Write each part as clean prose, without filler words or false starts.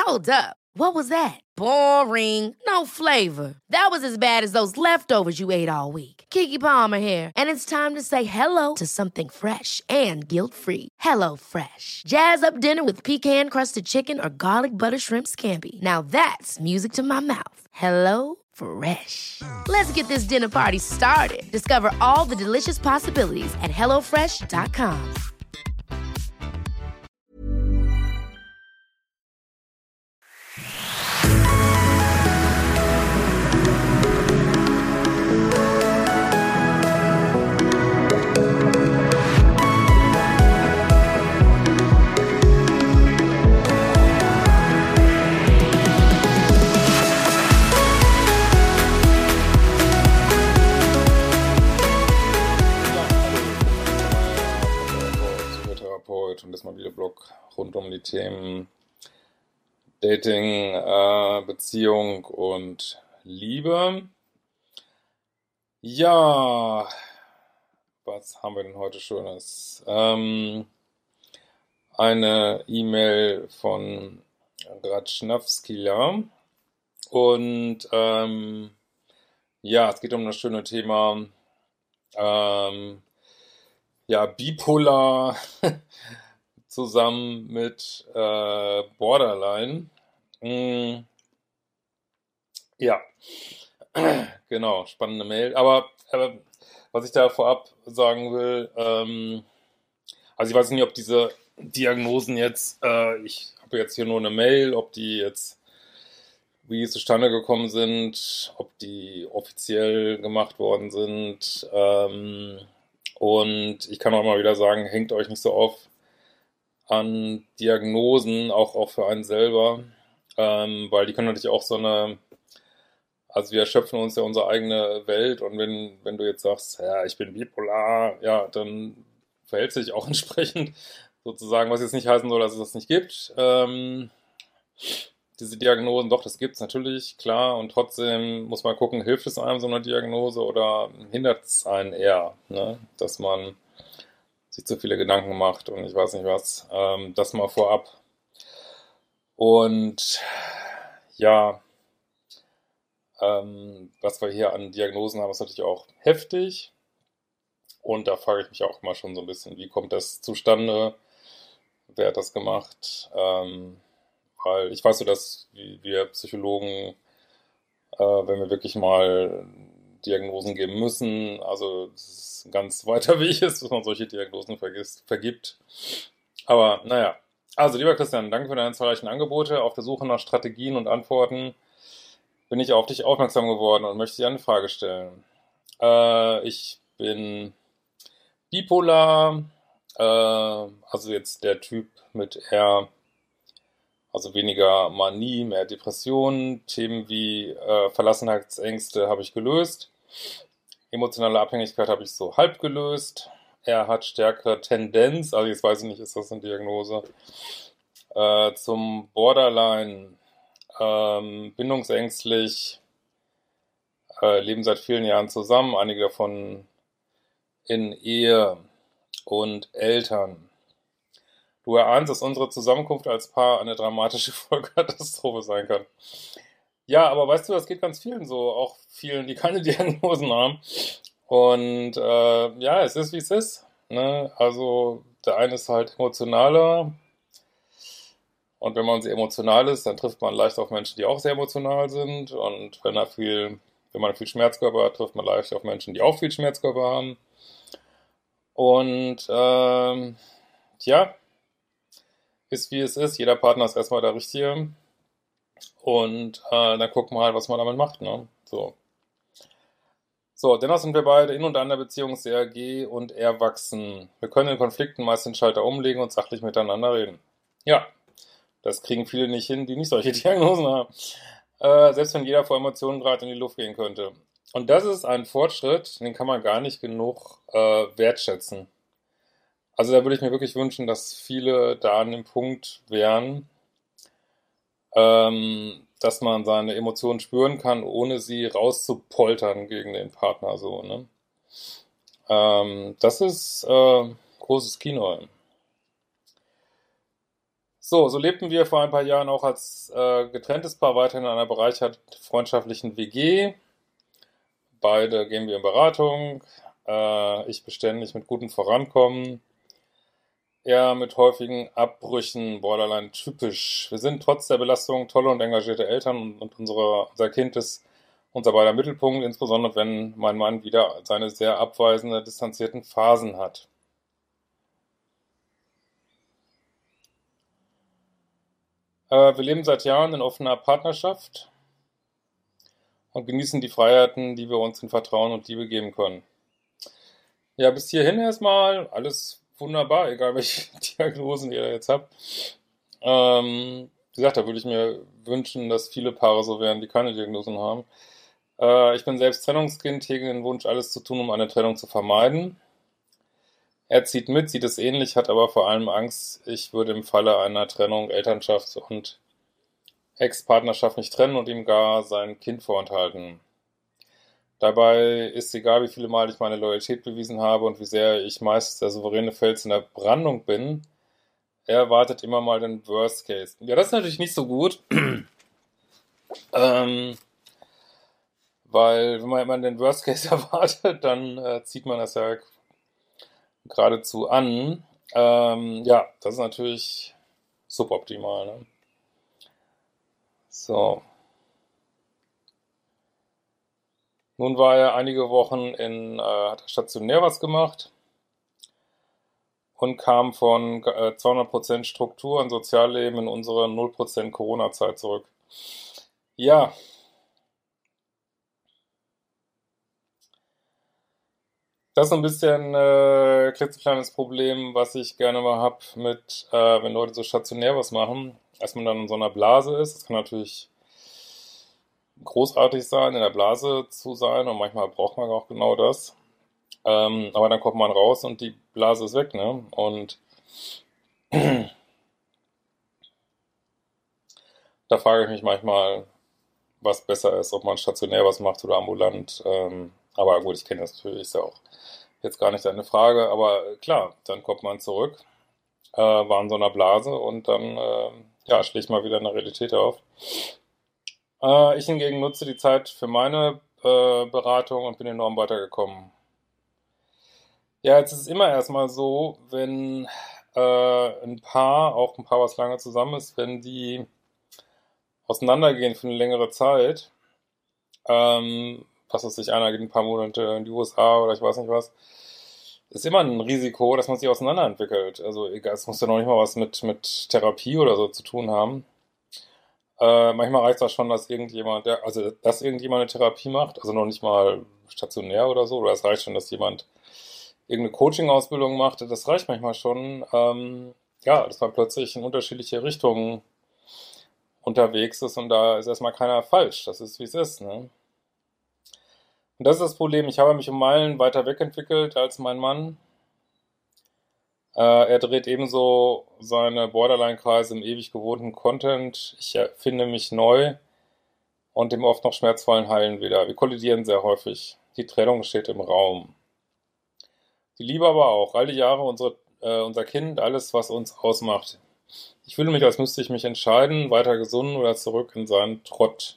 Hold up. What was that? Boring. No flavor. That was as bad as those leftovers you ate all week. Keke Palmer here, and it's time to say hello to something fresh and guilt-free. HelloFresh. Jazz up dinner with pecan-crusted chicken or garlic butter shrimp scampi. Now that's music to my mouth. HelloFresh. Let's get this dinner party started. Discover all the delicious possibilities at hellofresh.com. Und das mobile Blog rund um die Themen Dating, Beziehung und Liebe. Ja, was haben wir denn heute Schönes? Eine E-Mail von Ratschnawskila und ja, es geht um das schöne Thema ja, bipolar zusammen mit Borderline. Ja, genau, spannende Mail. Aber was ich da vorab sagen will, also ich weiß nicht, ob diese Diagnosen jetzt, ich habe jetzt hier nur eine Mail, ob die jetzt, wie die zustande gekommen sind, ob die offiziell gemacht worden sind. Und ich kann auch mal wieder sagen, hängt euch nicht so auf an Diagnosen, auch für einen selber, weil die können natürlich auch so eine, also wir erschöpfen uns ja unsere eigene Welt und wenn du jetzt sagst, ja, ich bin bipolar, ja, dann verhält sich auch entsprechend sozusagen, was jetzt nicht heißen soll, dass es das nicht gibt. Diese Diagnosen, doch, das gibt's natürlich, klar, und trotzdem muss man gucken, hilft es einem so eine Diagnose oder hindert es einen eher, ne? Dass man sich zu viele Gedanken macht und ich weiß nicht was, das mal vorab. Und ja, was wir hier an Diagnosen haben, ist natürlich auch heftig und da frage ich mich auch immer schon so ein bisschen, wie kommt das zustande, wer hat das gemacht, weil ich weiß so, dass wir Psychologen, wenn wir wirklich mal Diagnosen geben müssen, also das ist ein ganz weiter Weg ist, dass man solche Diagnosen vergibt. Aber naja, also lieber Christian, danke für deine zahlreichen Angebote. Auf der Suche nach Strategien und Antworten bin ich auf dich aufmerksam geworden und möchte dir eine Frage stellen. Ich bin bipolar, also jetzt der Typ mit eher, also weniger Manie, mehr Depressionen, Themen wie Verlassenheitsängste habe ich gelöst. Emotionale Abhängigkeit habe ich so halb gelöst. Er hat stärkere Tendenz, also jetzt weiß ich nicht, ist das eine Diagnose, zum Borderline, bindungsängstlich, leben seit vielen Jahren zusammen, einige davon in Ehe und Eltern. Du erahnst, dass unsere Zusammenkunft als Paar eine dramatische Vollkatastrophe sein kann. Ja, aber weißt du, das geht ganz vielen so, auch vielen, die keine Diagnosen haben. Und ja, es ist, wie es ist. Ne? Also der eine ist halt emotionaler. Und wenn man sehr emotional ist, dann trifft man leicht auf Menschen, die auch sehr emotional sind. Und wenn man viel Schmerzkörper hat, trifft man leicht auf Menschen, die auch viel Schmerzkörper haben. Und ja, ist wie es ist. Jeder Partner ist erstmal der Richtige. Und dann gucken wir halt, was man damit macht. Ne? So, dennoch sind wir beide in und an der Beziehung sehr geh und erwachsen. Wir können in Konflikten meist den Schalter umlegen und sachlich miteinander reden. Ja, das kriegen viele nicht hin, die nicht solche Diagnosen haben. Selbst wenn jeder vor Emotionen gerade in die Luft gehen könnte. Und das ist ein Fortschritt, den kann man gar nicht genug wertschätzen. Also da würde ich mir wirklich wünschen, dass viele da an dem Punkt wären, dass man seine Emotionen spüren kann, ohne sie rauszupoltern gegen den Partner. So, ne? Das ist großes Kino. So lebten wir vor ein paar Jahren auch als getrenntes Paar weiterhin in einer bereichert freundschaftlichen WG. Beide gehen wir in Beratung. Ich beständig mit gutem Vorankommen. Er mit häufigen Abbrüchen, borderline typisch. Wir sind trotz der Belastung tolle und engagierte Eltern und unser Kind ist unser beider Mittelpunkt, insbesondere wenn mein Mann wieder seine sehr abweisende, distanzierten Phasen hat. Wir leben seit Jahren in offener Partnerschaft und genießen die Freiheiten, die wir uns in Vertrauen und Liebe geben können. Ja, bis hierhin erstmal alles wunderbar, egal welche Diagnosen ihr da jetzt habt. Wie gesagt, da würde ich mir wünschen, dass viele Paare so wären, die keine Diagnosen haben. Ich bin selbst Trennungskind, hege den Wunsch, alles zu tun, um eine Trennung zu vermeiden. Er zieht mit, sieht es ähnlich, hat aber vor allem Angst, ich würde im Falle einer Trennung Elternschaft und Ex-Partnerschaft nicht trennen und ihm gar sein Kind vorenthalten. Dabei ist egal, wie viele Mal ich meine Loyalität bewiesen habe und wie sehr ich meist der souveräne Fels in der Brandung bin, er erwartet immer mal den Worst Case. Ja, das ist natürlich nicht so gut, ähm, weil wenn man immer den Worst Case erwartet, dann zieht man das ja geradezu an. Ja, das ist natürlich suboptimal. Ne? So. Nun war er einige Wochen hat er stationär was gemacht und kam von 200% Struktur und Sozialleben in unsere 0% Corona-Zeit zurück. Ja, das ist ein bisschen klitzekleines Problem, was ich gerne mal habe mit, wenn Leute so stationär was machen, dass man dann in so einer Blase ist. Das kann natürlich großartig sein, in der Blase zu sein und manchmal braucht man auch genau das. Aber dann kommt man raus und die Blase ist weg, ne? Und da frage ich mich manchmal, was besser ist, ob man stationär was macht oder ambulant. Aber gut, ich kenne das natürlich, ist ja auch jetzt gar nicht deine Frage. Aber klar, dann kommt man zurück, war in so einer Blase und dann ja, schlägt mal wieder eine Realität auf. Ich hingegen nutze die Zeit für meine Beratung und bin enorm weitergekommen. Ja, jetzt ist es immer erstmal so, wenn auch ein Paar, was lange zusammen ist, wenn die auseinandergehen für eine längere Zeit, was weiß ich, einer geht ein paar Monate in die USA oder ich weiß nicht was, ist immer ein Risiko, dass man sich auseinanderentwickelt. Also egal, es muss ja noch nicht mal was mit Therapie oder so zu tun haben. Manchmal reicht das schon, dass dass irgendjemand eine Therapie macht, also noch nicht mal stationär oder so, oder es reicht schon, dass jemand irgendeine Coaching-Ausbildung macht, das reicht manchmal schon, ja, dass man plötzlich in unterschiedliche Richtungen unterwegs ist und da ist erstmal keiner falsch, das ist wie es ist, ne? Und das ist das Problem, ich habe mich um Meilen weiter wegentwickelt als mein Mann. Er dreht ebenso seine Borderline-Kreise im ewig gewohnten Content. Ich erfinde mich neu und dem oft noch schmerzvollen Heilen wieder. Wir kollidieren sehr häufig. Die Trennung steht im Raum. Die Liebe aber auch. All die Jahre unser Kind, alles, was uns ausmacht. Ich fühle mich, als müsste ich mich entscheiden, weiter gesund oder zurück in seinen Trott.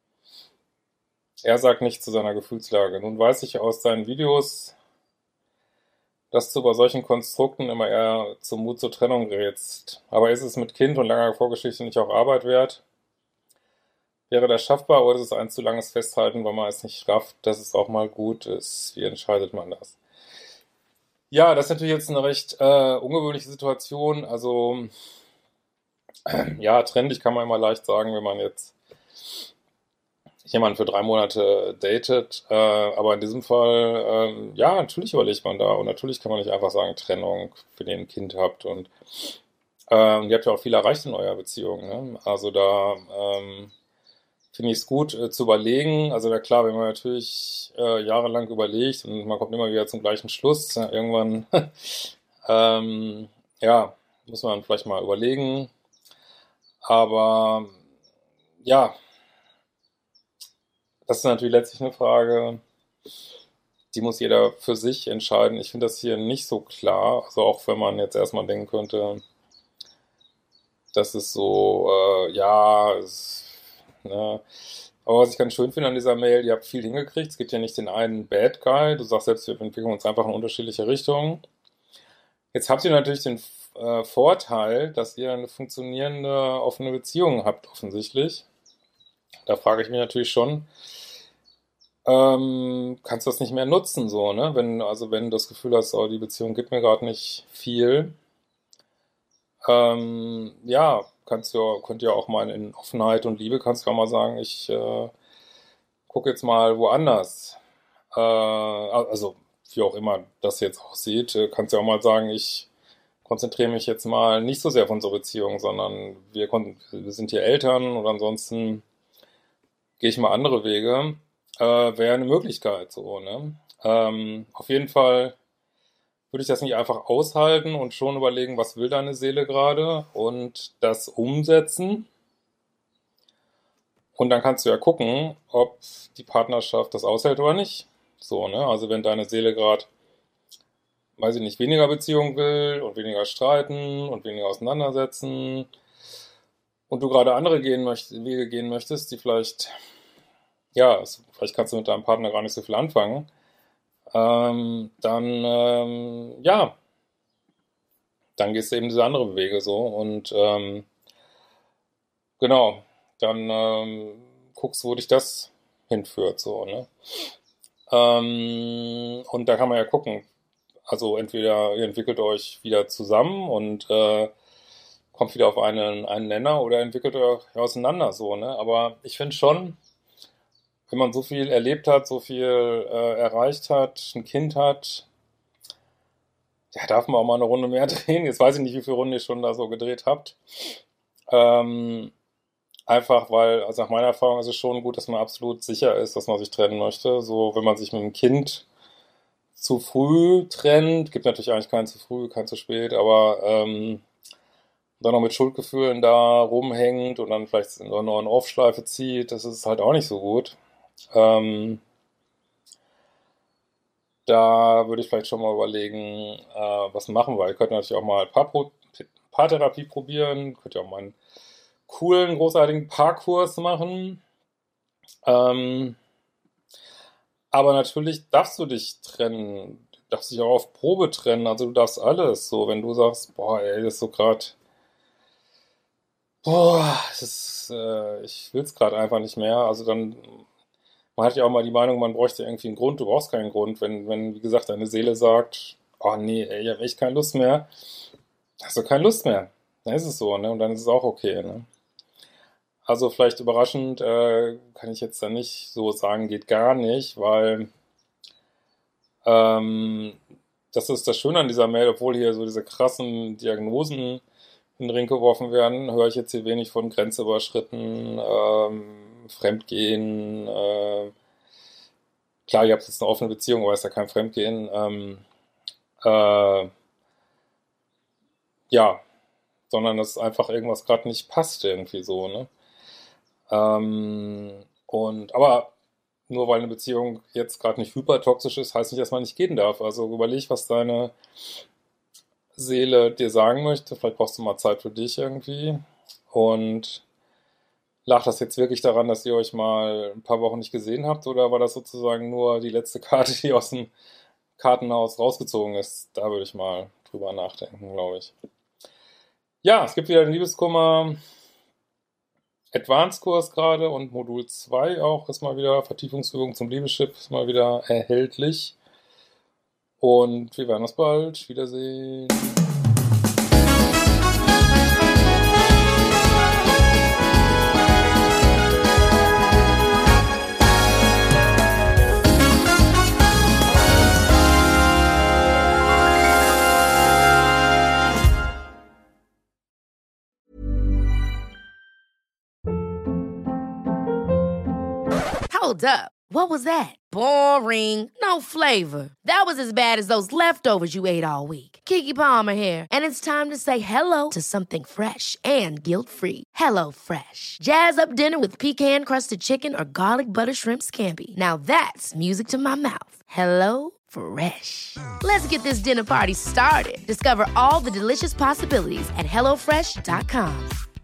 Er sagt nichts zu seiner Gefühlslage. Nun weiß ich aus seinen Videos, dass du bei solchen Konstrukten immer eher zum Mut zur Trennung rätst. Aber ist es mit Kind und langer Vorgeschichte nicht auch Arbeit wert? Wäre das schaffbar oder ist es ein zu langes Festhalten, weil man es nicht rafft, dass es auch mal gut ist? Wie entscheidet man das? Ja, das ist natürlich jetzt eine recht ungewöhnliche Situation. Also, ja, trendig kann man immer leicht sagen, wenn man jetzt jemanden für 3 Monate datet. Aber in diesem Fall, ja, natürlich überlegt man da. Und natürlich kann man nicht einfach sagen, Trennung, wenn ihr ein Kind habt. Und ihr habt ja auch viel erreicht in eurer Beziehung. Ne? Also da finde ich es gut zu überlegen. Also na klar, wenn man natürlich jahrelang überlegt und man kommt immer wieder zum gleichen Schluss, irgendwann ja, muss man vielleicht mal überlegen. Aber ja, das ist natürlich letztlich eine Frage, die muss jeder für sich entscheiden. Ich finde das hier nicht so klar. Also auch wenn man jetzt erstmal denken könnte, das ist so, ne. Aber was ich ganz schön finde an dieser Mail, ihr habt viel hingekriegt. Es gibt ja nicht den einen Bad Guy. Du sagst selbst, wir entwickeln uns einfach in unterschiedliche Richtungen. Jetzt habt ihr natürlich den Vorteil, dass ihr eine funktionierende, offene Beziehung habt, offensichtlich. Da frage ich mich natürlich schon, kannst du das nicht mehr nutzen, so, ne? Wenn du das Gefühl hast, oh, die Beziehung gibt mir gerade nicht viel, ja, könnt ihr auch mal in Offenheit und Liebe, kannst du auch mal sagen, ich gucke jetzt mal woanders. Also, wie auch immer das jetzt aussieht, kannst du auch mal sagen, ich konzentriere mich jetzt mal nicht so sehr auf unsere Beziehung, sondern wir sind hier Eltern und ansonsten gehe ich mal andere Wege. Wäre eine Möglichkeit, so, ne? Auf jeden Fall würde ich das nicht einfach aushalten und schon überlegen, was will deine Seele gerade und das umsetzen. Und dann kannst du ja gucken, ob die Partnerschaft das aushält oder nicht. So, ne? Also wenn deine Seele gerade, weiß ich nicht, weniger Beziehung will und weniger streiten und weniger auseinandersetzen und du gerade andere Wege gehen möchtest, die vielleicht, ja, vielleicht kannst du mit deinem Partner gar nicht so viel anfangen, ja, dann gehst du eben diese andere Wege so und genau, dann guckst, wo dich das hinführt, so, ne? Und da kann man ja gucken. Also entweder ihr entwickelt euch wieder zusammen und kommt wieder auf einen Nenner oder entwickelt euch auseinander, so, ne? Aber ich finde schon, wenn man so viel erlebt hat, so viel erreicht hat, ein Kind hat, ja, darf man auch mal eine Runde mehr drehen. Jetzt weiß ich nicht, wie viele Runden ihr schon da so gedreht habt. Einfach weil, also nach meiner Erfahrung ist es schon gut, dass man absolut sicher ist, dass man sich trennen möchte. So, wenn man sich mit dem Kind zu früh trennt, gibt natürlich eigentlich keinen zu früh, keinen zu spät, aber dann noch mit Schuldgefühlen da rumhängt und dann vielleicht in so eine On-Off-Schleife zieht, das ist halt auch nicht so gut. Da würde ich vielleicht schon mal überlegen, was machen wir. Ihr könnt natürlich auch mal Paartherapie probieren, könnt ihr auch mal einen coolen, großartigen Paarkurs machen. Aber natürlich darfst du dich trennen, du darfst dich auch auf Probe trennen, also du darfst alles. So, wenn du sagst, boah, ey, das ist so gerade, boah, ich will es gerade einfach nicht mehr. Also dann, man hat ja auch mal die Meinung, man bräuchte irgendwie einen Grund, du brauchst keinen Grund. Wenn, wie gesagt, deine Seele sagt, oh nee, ey, ich habe echt keine Lust mehr, hast du keine Lust mehr. Dann ist es so, ne? Und dann ist es auch okay, ne? Also vielleicht überraschend, kann ich jetzt da nicht so sagen, geht gar nicht, weil ähm, das ist das Schöne an dieser Mail, obwohl hier so diese krassen Diagnosen in den Ring geworfen werden, höre ich jetzt hier wenig von Grenze überschritten, Fremdgehen. Klar, ihr habt jetzt eine offene Beziehung, aber ist ja kein Fremdgehen. Äh, ja, sondern dass einfach irgendwas gerade nicht passt irgendwie so, ne? Aber nur weil eine Beziehung jetzt gerade nicht hypertoxisch ist, heißt nicht, dass man nicht gehen darf. Also überleg, was deine Seele dir sagen möchte. Vielleicht brauchst du mal Zeit für dich irgendwie. Und lag das jetzt wirklich daran, dass ihr euch mal ein paar Wochen nicht gesehen habt? Oder war das sozusagen nur die letzte Karte, die aus dem Kartenhaus rausgezogen ist? Da würde ich mal drüber nachdenken, glaube ich. Ja, es gibt wieder den Liebeskummer Advanced-Kurs gerade und Modul 2 auch ist mal wieder Vertiefungsübung zum Liebeschip, ist mal wieder erhältlich. Und wir werden uns bald wiedersehen. Hold up. What was that? Boring. No flavor. That was as bad as those leftovers you ate all week. Keke Palmer here, and it's time to say hello to something fresh and guilt-free. HelloFresh. Jazz up dinner with pecan-crusted chicken or garlic butter shrimp scampi. Now that's music to my mouth. HelloFresh. Let's get this dinner party started. Discover all the delicious possibilities at HelloFresh.com.